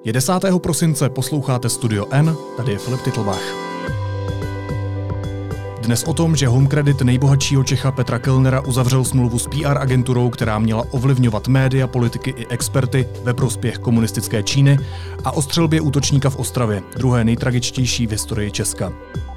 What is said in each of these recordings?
Je 10. prosince, posloucháte Studio N, tady je Filip Titlbach. Dnes o tom, že HomeCredit nejbohatšího Čecha Petra Kellnera uzavřel smlouvu s PR agenturou, která měla ovlivňovat média, politiky i experty ve prospěch komunistické Číny, a o střelbě útočníka v Ostravě, druhé nejtragičtější v historii Česka.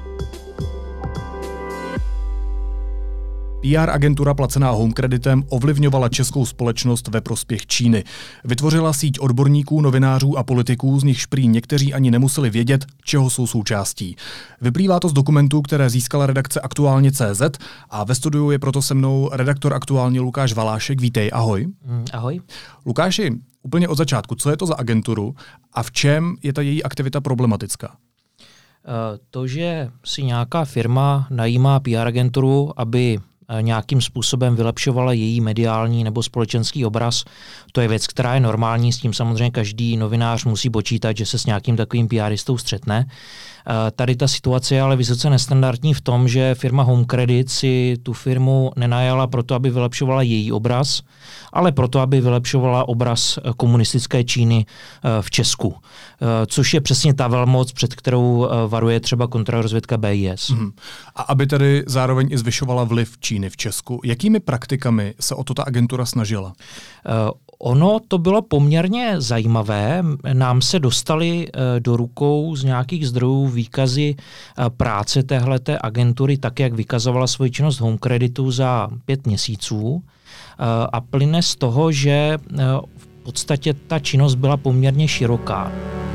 PR agentura placená HomeCreditem ovlivňovala českou společnost ve prospěch Číny. Vytvořila síť odborníků, novinářů a politiků, z nichž prý někteří ani nemuseli vědět, čeho jsou součástí. Vyplývá to z dokumentů, které získala redakce Aktuálně.cz a ve studiu je proto se mnou redaktor Aktuálně Lukáš Valášek. Vítej, ahoj. Ahoj. Lukáši, úplně od začátku, co je to za agenturu a v čem je ta její aktivita problematická? To, že si nějaká firma najímá PR agenturu, aby nějakým způsobem vylepšovala její mediální nebo společenský obraz, to je věc, která je normální, s tím samozřejmě každý novinář musí počítat, že se s nějakým takovým PRistou střetne. Tady ta situace je ale vysoce nestandardní v tom, že firma HomeCredit si tu firmu nenajala proto, aby vylepšovala její obraz, ale proto, aby vylepšovala obraz komunistické Číny v Česku. Což je přesně ta velmoc, před kterou varuje třeba kontrarozvědka BIS. A aby tedy zároveň i zvyšovala vliv Číny v Česku. Jakými praktikami se o to ta agentura snažila? Ono to bylo poměrně zajímavé. Nám se dostaly do rukou z nějakých zdrojů výkazy práce téhleté agentury, tak jak vykazovala svoji činnost HomeCreditu za 5 měsíců. A plyne z toho, že v podstatě ta činnost byla poměrně široká.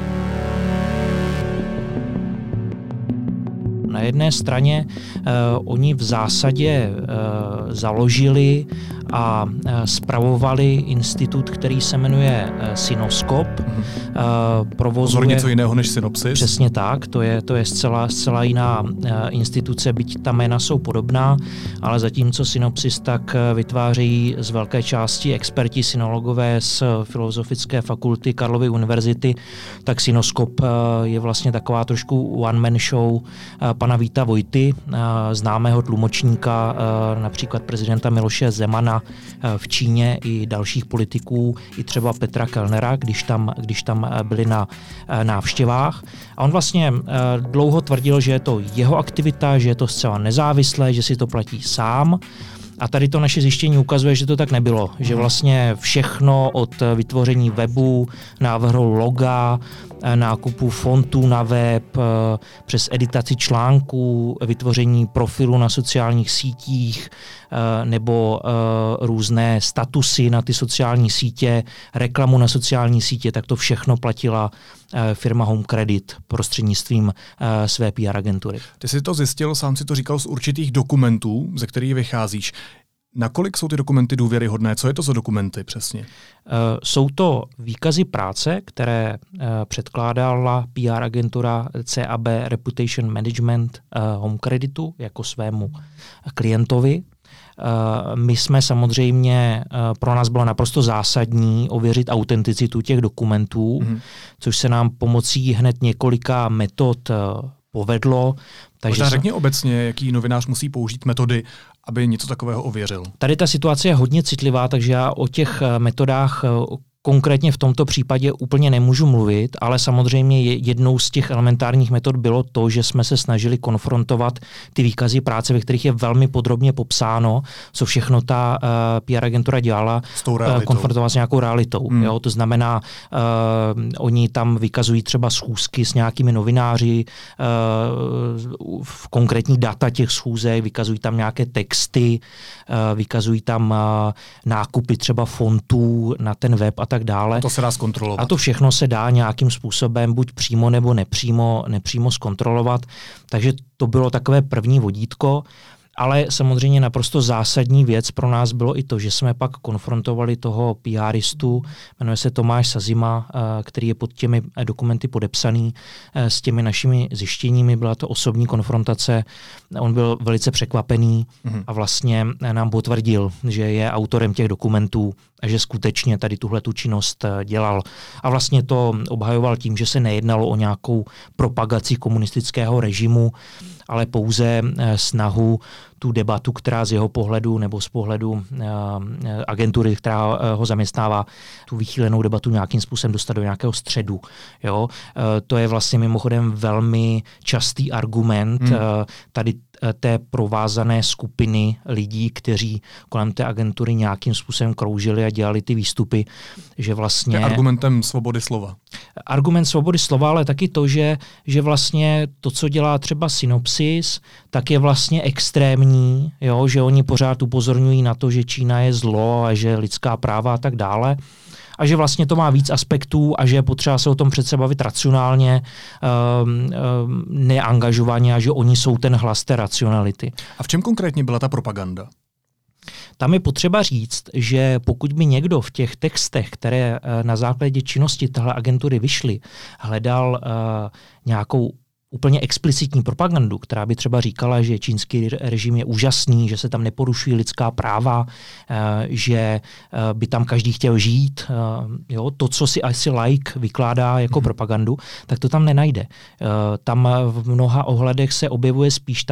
Na jedné straně oni v zásadě založili a spravovali institut, který se jmenuje Synoskop. Provozuje něco jiného než synopsis. Přesně tak, to je zcela jiná instituce, byť ta jména jsou podobná, ale zatímco synopsis tak vytvářejí z velké části experti synologové z Filozofické fakulty Karlovy univerzity, tak Synoskop je vlastně taková trošku one-man show pana Víta Vojty, známého tlumočníka například prezidenta Miloše Zemana v Číně i dalších politiků, i třeba Petra Kellnera, když tam byli na návštěvách. A on vlastně dlouho tvrdil, že je to jeho aktivita, že je to zcela nezávislé, že si to platí sám. A tady to naše zjištění ukazuje, že to tak nebylo. Že vlastně všechno od vytvoření webu, návrhu loga, nákupu fontů na web, přes editaci článků, vytvoření profilu na sociálních sítích nebo různé statusy na ty sociální sítě, reklamu na sociální sítě, tak to všechno platila firma HomeCredit prostřednictvím své PR agentury. Ty jsi to zjistil, sám si to říkal, z určitých dokumentů, ze kterých vycházíš. Nakolik jsou ty dokumenty důvěryhodné? Co je to za dokumenty přesně? Jsou to výkazy práce, které předkládala PR agentura CAB Reputation Management HomeCreditu jako svému klientovi. My jsme samozřejmě, pro nás bylo naprosto zásadní ověřit autenticitu těch dokumentů, což se nám pomocí hned několika metod povedlo. Možná řekni obecně, jaký novinář musí použít metody, aby něco takového ověřil. Tady ta situace je hodně citlivá, takže já o těch metodách konkrétně v tomto případě úplně nemůžu mluvit, ale samozřejmě jednou z těch elementárních metod bylo to, že jsme se snažili konfrontovat ty výkazy práce, ve kterých je velmi podrobně popsáno, co všechno ta PR agentura dělala, konfrontovat s nějakou realitou. Jo? To znamená, oni tam vykazují třeba schůzky s nějakými novináři, v konkrétní data těch schůzek, vykazují tam nějaké texty, vykazují tam nákupy třeba fontů na ten web a tak dále. To se dá zkontrolovat. A to všechno se dá nějakým způsobem buď přímo nebo nepřímo zkontrolovat. Takže to bylo takové první vodítko. Ale samozřejmě naprosto zásadní věc pro nás bylo i to, že jsme pak konfrontovali toho PRistu, jmenuje se Tomáš Sazima, který je pod těmi dokumenty podepsaný, s těmi našimi zjištěními. Byla to osobní konfrontace, on byl velice překvapený a vlastně nám potvrdil, že je autorem těch dokumentů a že skutečně tady tuhletu činnost dělal. A vlastně to obhajoval tím, že se nejednalo o nějakou propagaci komunistického režimu, ale pouze snahu tu debatu, která z jeho pohledu nebo z pohledu agentury, která ho zaměstnává, tu vychýlenou debatu nějakým způsobem dostat do nějakého středu. Jo? To je vlastně mimochodem velmi častý argument tady té provázané skupiny lidí, kteří kolem té agentury nějakým způsobem kroužili a dělali ty výstupy, že vlastně... To je argumentem svobody slova. Argument svobody slova, ale taky to, že vlastně to, co dělá třeba Synopsis, tak je vlastně extrémní, jo? Že oni pořád upozorňují na to, že Čína je zlo a že lidská práva a tak dále. A že vlastně to má víc aspektů a že je potřeba se o tom přece bavit racionálně, neangažovaně a že oni jsou ten hlas té racionality. A v čem konkrétně byla ta propaganda? Tam je potřeba říct, že pokud by někdo v těch textech, které na základě činnosti téhle agentury vyšly, hledal nějakou úplně explicitní propagandu, která by třeba říkala, že čínský režim je úžasný, že se tam neporušují lidská práva, že by tam každý chtěl žít, jo, to, co si asi laik vykládá jako propagandu, tak to tam nenajde. Tam v mnoha ohledech se objevuje spíš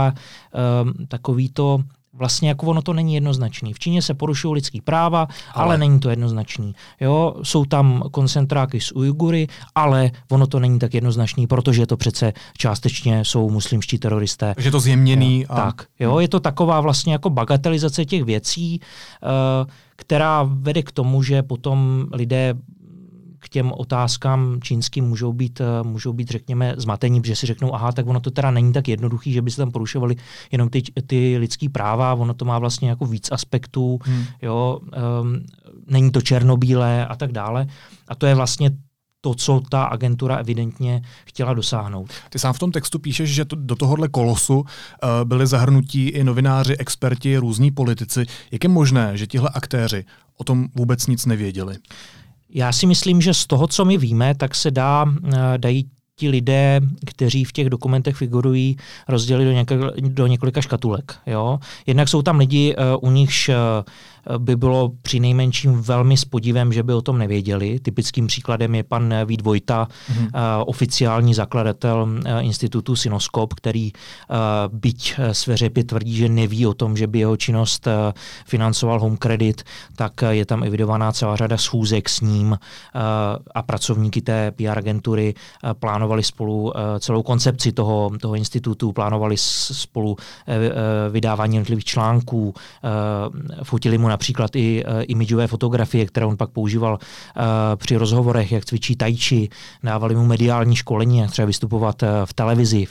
takový to, vlastně jako ono to není jednoznačný. V Číně se porušují lidský práva, ale není to jednoznačný. Jo, jsou tam koncentráky s Ujgury, ale ono to není tak jednoznačný, protože to přece částečně jsou muslimští teroristé. Že to zjemněný. Tak, jo, je to taková vlastně jako bagatelizace těch věcí, která vede k tomu, že potom lidé k těm otázkám čínským můžou být, řekněme, zmatení, protože si řeknou, aha, tak ono to teda není tak jednoduchý, že by se tam porušovaly jenom ty lidský práva, ono to má vlastně jako víc aspektů, jo, není to černobílé a tak dále. A to je vlastně to, co ta agentura evidentně chtěla dosáhnout. Ty sám v tom textu píšeš, že do tohohle kolosu byli zahrnutí i novináři, experti, různí politici. Jak je možné, že tihle aktéři o tom vůbec nic nevěděli? Já si myslím, že z toho, co my víme, tak se dají ti lidé, kteří v těch dokumentech figurují, rozdělit do několika škatulek. Jo? Jednak jsou tam lidi, u nichž by bylo přinejmenším velmi s podivem, že by o tom nevěděli. Typickým příkladem je pan Vít Vojta, oficiální zakladatel institutu Synoskop, který byť sveřepě tvrdí, že neví o tom, že by jeho činnost financoval Home Credit, tak je tam evidovaná celá řada schůzek s ním a pracovníky té PR agentury plánovali spolu celou koncepci toho institutu, plánovali spolu vydávání jednotlivých článků, fotili mu například i imidžové fotografie, které on pak používal při rozhovorech, jak cvičí tai chi, dávali mu mediální školení, jak třeba vystupovat v televizi,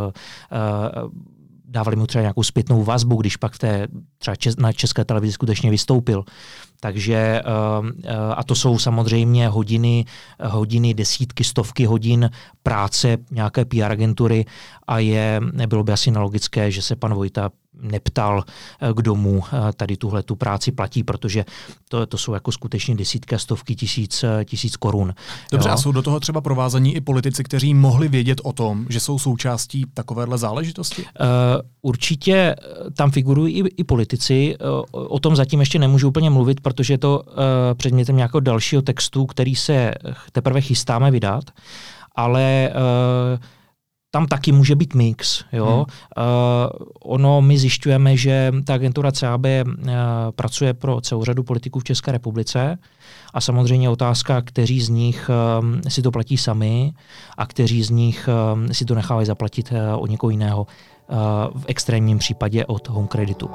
dávali mu třeba nějakou zpětnou vazbu, když pak třeba na české televizi skutečně vystoupil. Takže, a to jsou samozřejmě hodiny, desítky, stovky hodin práce nějaké PR agentury a nebylo by asi nelogické, že se pan Vojta neptal, kdo mu tady tu práci platí, protože to jsou jako skutečně desítky a stovky tisíc korun. Dobře, a jsou do toho třeba provázaní i politici, kteří mohli vědět o tom, že jsou součástí takovéhle záležitosti? Určitě tam figurují i politici. O tom zatím ještě nemůžu úplně mluvit, protože je to předmětem nějakého dalšího textu, který se teprve chystáme vydat, ale tam taky může být mix. Jo? My zjišťujeme, že ta agentura CAB pracuje pro celou řadu politiků v České republice a samozřejmě otázka, kteří z nich si to platí sami a kteří z nich si to nechávají zaplatit od někoho jiného, v extrémním případě od Home Creditu.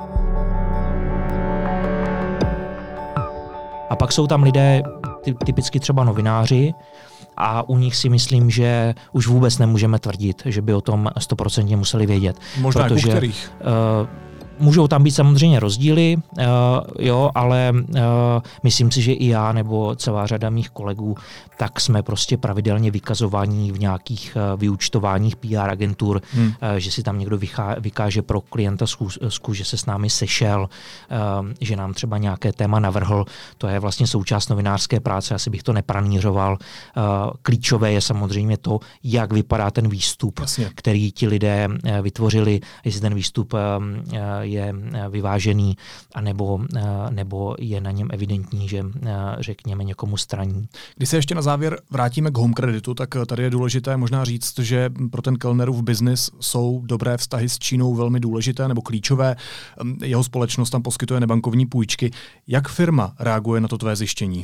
A pak jsou tam lidé, typicky třeba novináři, a u nich si myslím, že už vůbec nemůžeme tvrdit, že by o tom 100% museli vědět. Možná protože, jako kterých? Můžou tam být samozřejmě rozdíly, ale myslím si, že i já nebo celá řada mých kolegů, tak jsme prostě pravidelně vykazovaní v nějakých vyúčtováních PR agentur, že si tam někdo vykáže pro klienta schůzku, že se s námi sešel, že nám třeba nějaké téma navrhl. To je vlastně součást novinářské práce, asi bych to nepranířoval. Klíčové je samozřejmě to, jak vypadá ten výstup, který ti lidé vytvořili, jestli ten výstup je vyvážený, nebo je na něm evidentní, že řekněme někomu straní. Když se ještě na závěr vrátíme k home kreditu, tak tady je důležité možná říct, že pro ten Kellnerův biznis jsou dobré vztahy s Čínou velmi důležité nebo klíčové. Jeho společnost tam poskytuje nebankovní půjčky. Jak firma reaguje na to tvé zjištění?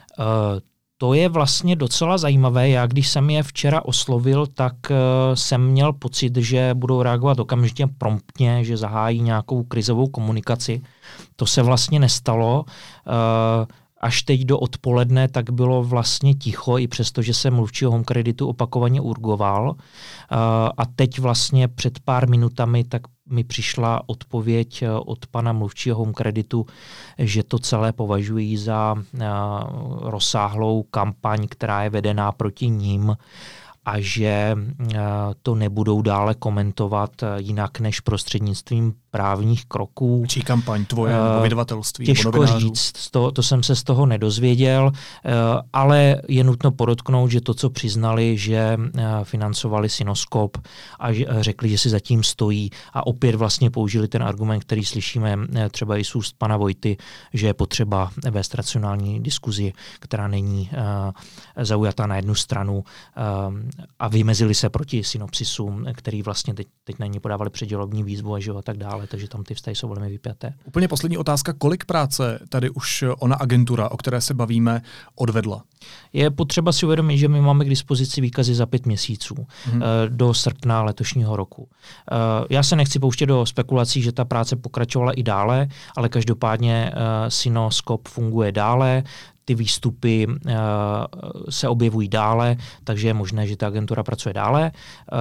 To je vlastně docela zajímavé. Já když jsem je včera oslovil, tak jsem měl pocit, že budou reagovat okamžitě promptně, že zahájí nějakou krizovou komunikaci. To se vlastně nestalo. Až teď do odpoledne tak bylo vlastně ticho, i přesto, že jsem mluvčího home kreditu opakovaně urgoval. A teď vlastně před pár minutami tak mi přišla odpověď od pana mluvčího home kreditu, že to celé považují za rozsáhlou kampaň, která je vedená proti ním, a že to nebudou dále komentovat jinak než prostřednictvím právních kroků. Čí kampaň? Tvoje nebo vydavatelství? Těžko říct, to jsem se z toho nedozvěděl, ale je nutno podotknout, že to, co přiznali, že financovali Sinoscope a řekli, že si zatím stojí, a opět vlastně použili ten argument, který slyšíme třeba i z úst pana Vojty, že je potřeba vést racionální diskuzi, která není zaujatá na jednu stranu, a vymezili se proti Synopsisům, který vlastně teď na ně podávali předžalobní výzvu a tak dále, takže tam ty vztahy jsou velmi vypjaté. Úplně poslední otázka, kolik práce tady už ona agentura, o které se bavíme, odvedla? Je potřeba si uvědomit, že my máme k dispozici výkazy za 5 měsíců do srpna letošního roku. Já se nechci pouštět do spekulací, že ta práce pokračovala i dále, ale každopádně Sinoscope funguje dále, ty výstupy se objevují dále, takže je možné, že ta agentura pracuje dále.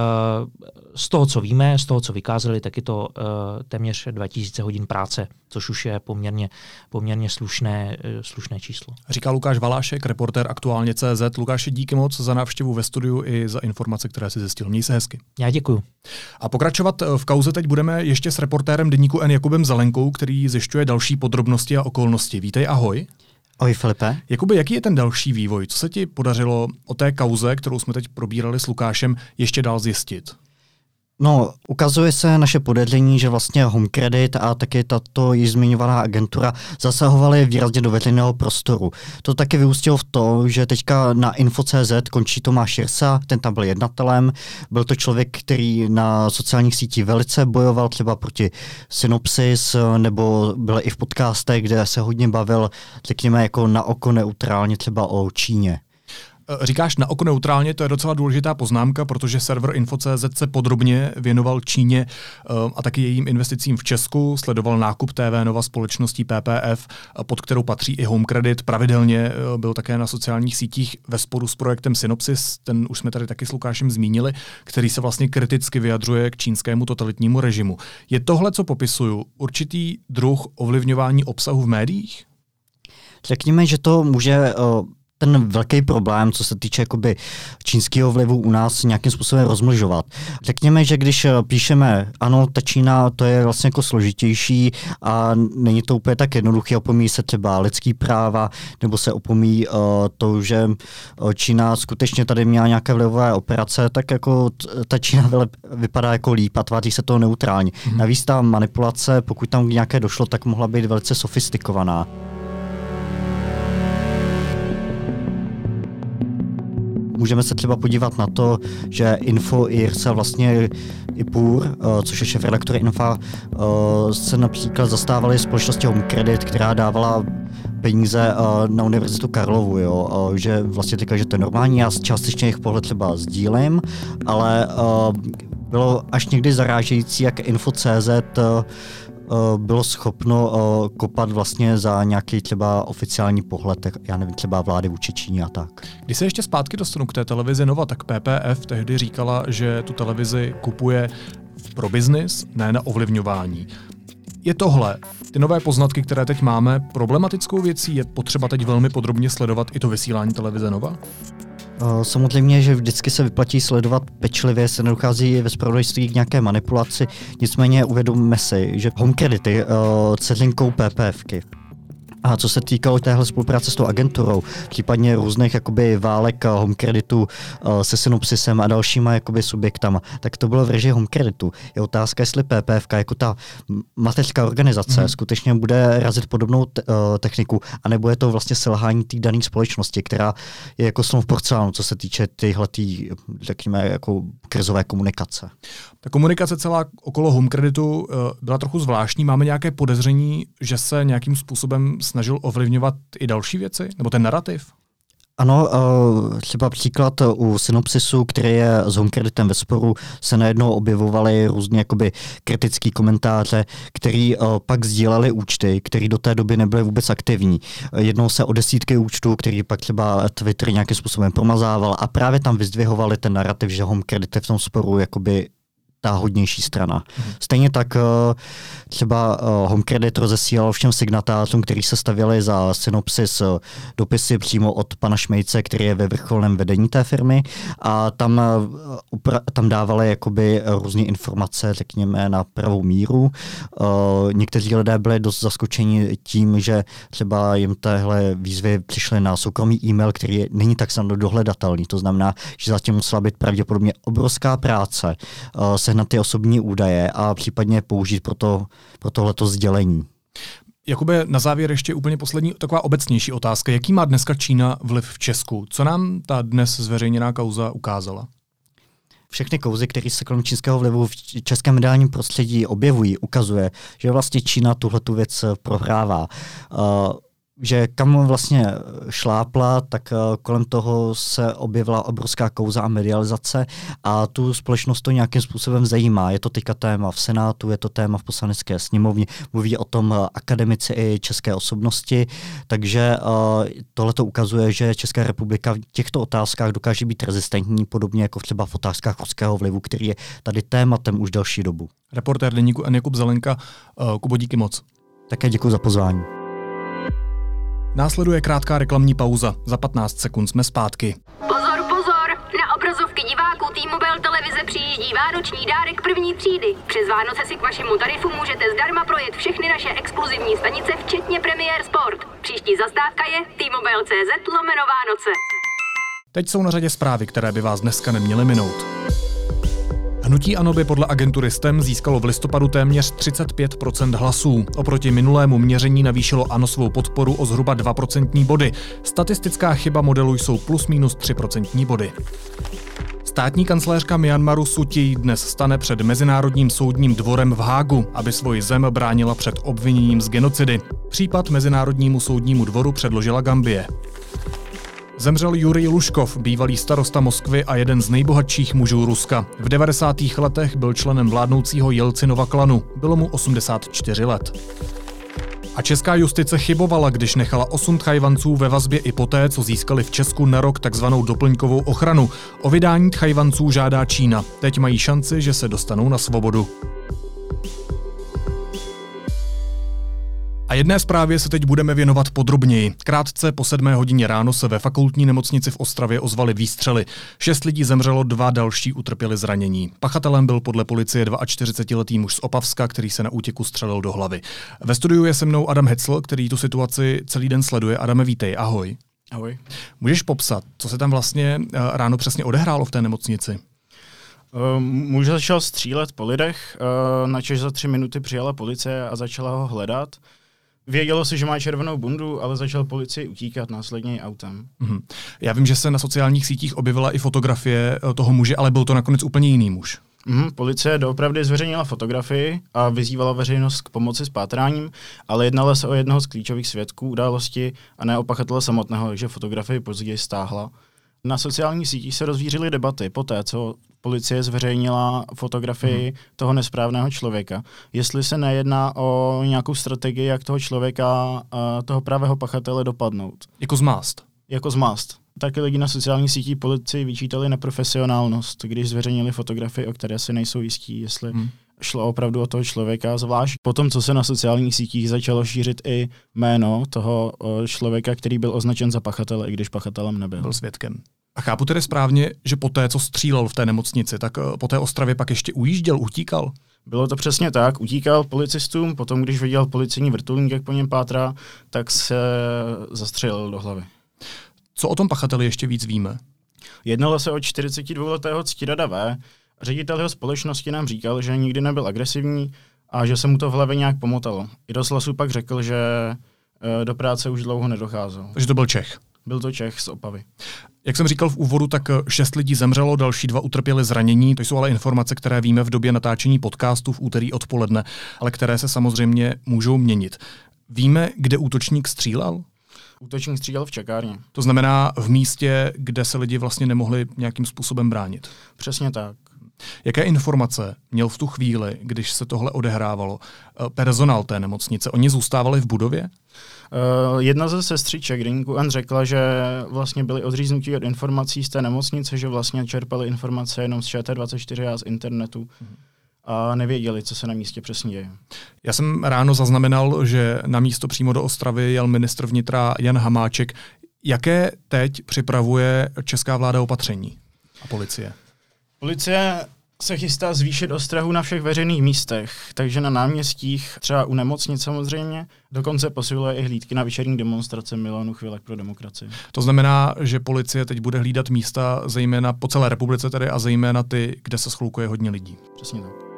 Z toho, co víme, z toho, co vykázali, tak je to téměř 2000 hodin práce, což už je poměrně slušné číslo. Říká Lukáš Valášek, reportér Aktuálně.cz. Lukáši, díky moc za návštěvu ve studiu i za informace, které jsi zjistil. Měj se hezky. Já děkuju. A pokračovat v kauze teď budeme ještě s reportérem deníku N Jakubem Zelenkou, který zjišťuje další podrobnosti a okolnosti. Vítej, ahoj. Ahoj Filipe. Jakube, jaký je ten další vývoj? Co se ti podařilo o té kauze, kterou jsme teď probírali s Lukášem, ještě dál zjistit? No, ukazuje se naše podezření, že vlastně Home Credit a taky tato již zmiňovaná agentura zasahovaly výrazně do veřejného prostoru. To taky vyústilo v to, že teďka na Info.cz končí Tomáš Jirsa, ten tam byl jednatelem, byl to člověk, který na sociálních sítích velice bojoval třeba proti Synopsis, nebo byl i v podcastech, kde se hodně bavil, řekněme, jako na oko neutrálně třeba o Číně. Říkáš na oko neutrálně, to je docela důležitá poznámka, protože server Info.cz se podrobně věnoval Číně a taky jejím investicím v Česku, sledoval nákup TV Nova společností PPF, pod kterou patří i Home Credit. Pravidelně byl také na sociálních sítích ve sporu s projektem Synopsis, ten už jsme tady taky s Lukášem zmínili, který se vlastně kriticky vyjadřuje k čínskému totalitnímu režimu. Je tohle, co popisuju, určitý druh ovlivňování obsahu v médiích? Řekněme, že to může ten velký problém, co se týče jakoby čínského vlivu u nás nějakým způsobem rozmlžovat. Řekněme, že když píšeme, ano, ta Čína, to je vlastně jako složitější a není to úplně tak jednoduché, opomíjí se třeba lidský práva, nebo se opomíjí to, že Čína skutečně tady měla nějaké vlivové operace, tak jako ta Čína vypadá jako líp a tváří se toho neutrálně. Navíc ta manipulace, pokud tam nějaké došlo, tak mohla být velice sofistikovaná. Můžeme se třeba podívat na to, že Info i Jirsa vlastně i Půr, což je šéfredaktor Infa, se například zastávali společnosti Home Credit, která dávala peníze na Univerzitu Karlovu, jo? Že vlastně říkali, že to je normální, já částečně jejich pohled třeba sdílím, ale bylo až někdy zarážející, jak Info.cz bylo schopno kopat vlastně za nějaký třeba oficiální pohled, já nevím, třeba vlády vůči Číně a tak. Když se ještě zpátky dostanu k té televizi Nova, tak PPF tehdy říkala, že tu televizi kupuje pro biznis, ne na ovlivňování. Je tohle, ty nové poznatky, které teď máme, problematickou věcí? Je potřeba teď velmi podrobně sledovat i to vysílání televize Nova? Samozřejmě, že vždycky se vyplatí sledovat pečlivě, se nedochází ve zpravodajství k nějaké manipulaci, nicméně uvědomme si, že Home Credit je dceřinkou PPFky. A co se týkalo téhle spolupráce s tou agenturou, případně různých jakoby válek Home Creditu se Synopsisem a dalšíma jakoby subjektama, tak to bylo v režii Home Creditu. Je otázka, jestli PPFK jako ta mateřská organizace skutečně bude razit podobnou techniku, anebo je to vlastně selhání té dané společnosti, která je jako slon v porcelánu, co se týče téhletý, řekněme, jako krizové komunikace. Ta komunikace celá okolo Home Creditu byla trochu zvláštní. Máme nějaké podezření, že se nějakým způsobem snažil ovlivňovat i další věci? Nebo ten narrativ? Ano, třeba příklad u Synopsisu, který je s Home Creditem ve sporu, se najednou objevovaly různě jakoby kritický komentáře, který pak sdíleli účty, které do té doby nebyly vůbec aktivní. Jednou se o desítky účtů, který pak třeba Twitter nějakým způsobem promazával a právě tam vyzdvihovali ten narrativ, že Home Credit je v tom sporu jakoby ta hodnější strana. Stejně tak třeba Home Credit rozesílal všem signatářům, kteří se stavěli za Synopsis, dopisy přímo od pana Šmejce, který je ve vrcholném vedení té firmy a tam dávali jakoby různé informace, řekněme, na pravou míru. Někteří lidé byli dost zaskočeni tím, že třeba jim téhle výzvy přišly na soukromý e-mail, který není tak snadno dohledatelný. To znamená, že zatím musela být pravděpodobně obrovská práce sehnat ty osobní údaje a případně použít pro tohleto sdělení. Jakube, na závěr ještě úplně poslední taková obecnější otázka. Jaký má dneska Čína vliv v Česku? Co nám ta dnes zveřejněná kauza ukázala? Všechny kauzy, které se kolem čínského vlivu v českém mediálním prostředí objevují, ukazuje, že vlastně Čína tuhletu věc prohrává. Že kam vlastně šlápla, tak kolem toho se objevila obrovská kauza a medializace a tu společnost to nějakým způsobem zajímá. Je to teďka téma v Senátu, je to téma v Poslanecké sněmovně, mluví o tom akademici i české osobnosti, takže tohle to ukazuje, že Česká republika v těchto otázkách dokáže být rezistentní, podobně jako třeba v otázkách ruského vlivu, který je tady tématem už delší dobu. Reportér deníku N. Jakub Zelenka. Kubo, díky moc. Také děkuji za pozvání. Následuje krátká reklamní pauza. Za 15 sekund jsme zpátky. Pozor, pozor! Na obrazovky diváků T-Mobile televize přijíždí vánoční dárek první třídy. Přes Vánoce si k vašemu tarifu můžete zdarma projet všechny naše exkluzivní stanice, včetně Premier Sport. Příští zastávka je T-Mobile.cz/Vánoce. Teď jsou na řadě zprávy, které by vás dneska neměly minout. Hnutí ANO by podle agentury STEM získalo v listopadu téměř 35% hlasů. Oproti minulému měření navýšilo ANO svou podporu o zhruba 2% body. Statistická chyba modelu jsou plus minus 3% body. Státní kancléřka Myanmaru Su Ťij dnes stane před Mezinárodním soudním dvorem v Hágu, aby svoji zem bránila před obviněním z genocidy. Případ Mezinárodnímu soudnímu dvoru předložila Gambie. Zemřel Jurij Luškov, bývalý starosta Moskvy a jeden z nejbohatších mužů Ruska. V 90. letech byl členem vládnoucího Jelcinova klanu. Bylo mu 84 let. A česká justice chybovala, když nechala 8 Tchajwanců ve vazbě i poté, co získali v Česku na rok takzvanou doplňkovou ochranu. O vydání Tchajwanců žádá Čína. Teď mají šanci, že se dostanou na svobodu. A jedné zprávě se teď budeme věnovat podrobněji. Krátce po 7 hodině ráno se ve fakultní nemocnici v Ostravě ozvaly výstřely. 6 lidí zemřelo, 2 další utrpěli zranění. Pachatelem byl podle policie 42letý muž z Opavska, který se na útěku střelil do hlavy. Ve studiu je se mnou Adam Hecl, který tu situaci celý den sleduje. Adame, vítej, ahoj. Ahoj. Můžeš popsat, co se tam vlastně ráno přesně odehrálo v té nemocnici? Muž začal střílet po lidech, načež za 3 minuty přijela policie a začala ho hledat. Vědělo se, že má červenou bundu, ale začal policii utíkat následně autem. Já vím, že se na sociálních sítích objevila i fotografie toho muže, ale byl to nakonec úplně jiný muž. Policie doopravdy zveřejnila fotografii a vyzývala veřejnost k pomoci s pátráním, ale jednalo se o jednoho z klíčových svědků události a ne o pachatele samotného, takže fotografii později stáhla. Na sociálních sítích se rozvířily debaty poté, co policie zveřejnila fotografii toho nesprávného člověka. Jestli se nejedná o nějakou strategii, jak toho člověka, toho pravého pachatele dopadnout. Jako zmást. Jako zmást. Taky lidi na sociálních sítích policii vyčítali neprofesionálnost, když zveřejnili fotografii, o které se nejsou jistí, jestli šlo opravdu o toho člověka, zvlášť potom, co se na sociálních sítích začalo šířit i jméno toho člověka, který byl označen za pachatele, i když pachatelem nebyl. Byl svědkem. A chápu tedy správně, že poté, co střílel v té nemocnici, tak po té Ostravě pak ještě ujížděl, utíkal? Bylo to přesně tak, utíkal policistům, potom když viděl policijní vrtulník, jak po něm pátrá, tak se zastřelil do hlavy. Co o tom pachateli ještě víc víme? Jednalo se o 42letého Ctirada V. Ředitel jeho společnosti nám říkal, že nikdy nebyl agresivní a že se mu to v hlavě nějak pomotalo. I rozhlasu pak řekl, že do práce už dlouho nedocházel. Takže to byl Čech. Byl to Čech z Opavy. Jak jsem říkal v úvodu, tak 6 lidí zemřelo, další 2 utrpěli zranění. To jsou ale informace, které víme v době natáčení podcastu v úterý odpoledne, ale které se samozřejmě můžou měnit. Víme, kde útočník střílel? Útočník střílel v čekárně. To znamená v místě, kde se lidi vlastně nemohli nějakým způsobem bránit. Přesně tak. Jaké informace měl v tu chvíli, když se tohle odehrávalo, personál té nemocnice? Oni zůstávali v budově? Jedna ze sestřiček Deníku N řekla, že vlastně byli odříznutí od informací z té nemocnice, že vlastně čerpali informace jenom z ČT24 a z internetu a nevěděli, co se na místě přesně děje. Já jsem ráno zaznamenal, že na místo přímo do Ostravy jel ministr vnitra Jan Hamáček. Jaké teď připravuje česká vláda opatření a policie? Policie se chystá zvýšit ostrahu na všech veřejných místech, takže na náměstích, třeba u nemocnic samozřejmě, dokonce posiluje i hlídky na večerní demonstrace Milionů chvilek pro demokracii. To znamená, že policie teď bude hlídat místa zejména po celé republice tedy a zejména ty, kde se schloukuje hodně lidí. Přesně tak.